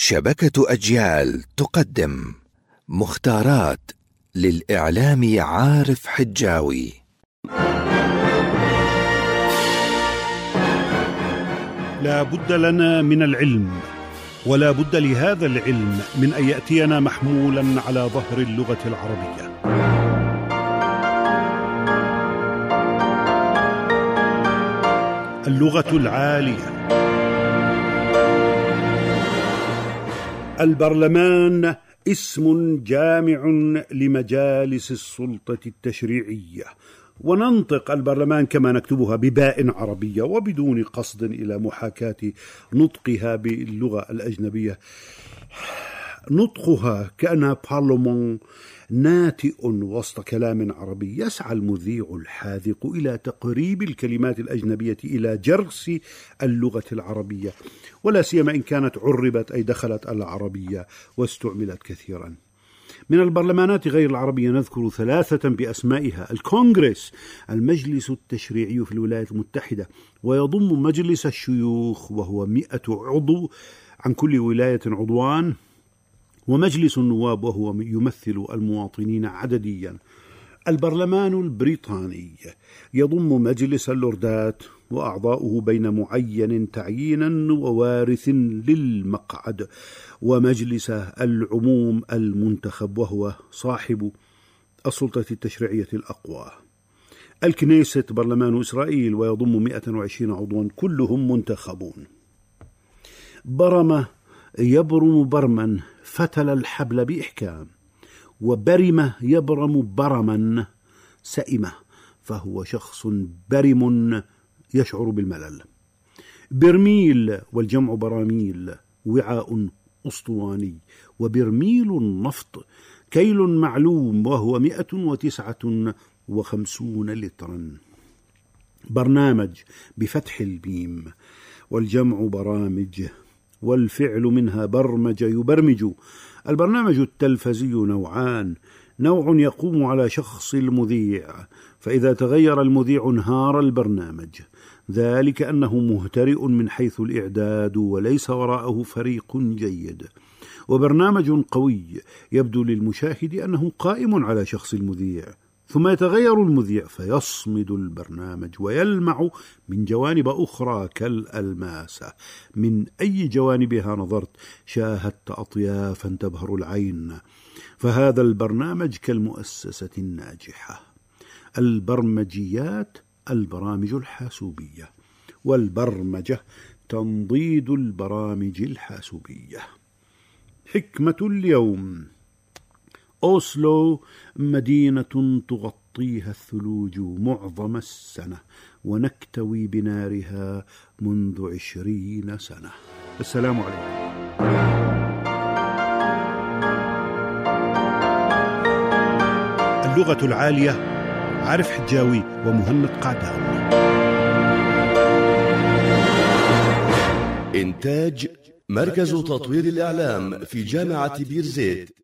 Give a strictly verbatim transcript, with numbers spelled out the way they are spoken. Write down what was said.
شبكة أجيال تقدم مختارات للإعلام عارف حجاوي. لا بد لنا من العلم، ولا بد لهذا العلم من أن يأتينا محمولا على ظهر اللغة العربية. اللغة العالية. البرلمان اسم جامع لمجالس السلطة التشريعية، وننطق البرلمان كما نكتبها بباء عربية وبدون قصد إلى محاكاة نطقها باللغة الأجنبية. نطقها كأنها بارلمان ناتئ وسط كلام عربي. يسعى المذيع الحاذق إلى تقريب الكلمات الأجنبية إلى جرس اللغة العربية، ولا سيما إن كانت عربت أي دخلت العربية واستعملت كثيرا. من البرلمانات غير العربية نذكر ثلاثة بأسمائها: الكونغرس، المجلس التشريعي في الولايات المتحدة، ويضم مجلس الشيوخ وهو مئة عضو عن كل ولاية عضوان، ومجلس النواب وهو يمثل المواطنين عدديا. البرلمان البريطاني يضم مجلس اللوردات وأعضاؤه بين معين تعيينا ووارث للمقعد، ومجلس العموم المنتخب وهو صاحب السلطة التشريعية الأقوى. الكنيست برلمان إسرائيل ويضم مئة وعشرين عضوا كلهم منتخبون. برم يبرم برما فتل الحبل بإحكام، وبرم يبرم برما سئمة، فهو شخص برم يشعر بالملل. برميل والجمع براميل وعاء أسطواني، وبرميل النفط كيل معلوم وهو مئة وتسعة وخمسون لترا. برنامج بفتح الميم والجمع برامج، والفعل منها برمج يبرمج. البرنامج التلفزي نوعان: نوع يقوم على شخص المذيع، فإذا تغير المذيع انهار البرنامج، ذلك أنه مهترئ من حيث الإعداد وليس وراءه فريق جيد. وبرنامج قوي يبدو للمشاهد أنه قائم على شخص المذيع، ثم يتغير المذيع فيصمد البرنامج ويلمع من جوانب أخرى كالألماسة. من أي جوانبها نظرت شاهدت أطيافا تبهر العين، فهذا البرنامج كالمؤسسة الناجحة. البرمجيات البرامج الحاسوبية، والبرمجة تنضيد البرامج الحاسوبية. حكمة اليوم: أوسلو مدينة تغطيها الثلوج معظم السنة، ونكتوي بنارها منذ عشرين سنة. السلام عليكم. اللغة العالية، عارف حجاوي ومهند قعدان. إنتاج مركز تطوير الإعلام في جامعة بير زيت.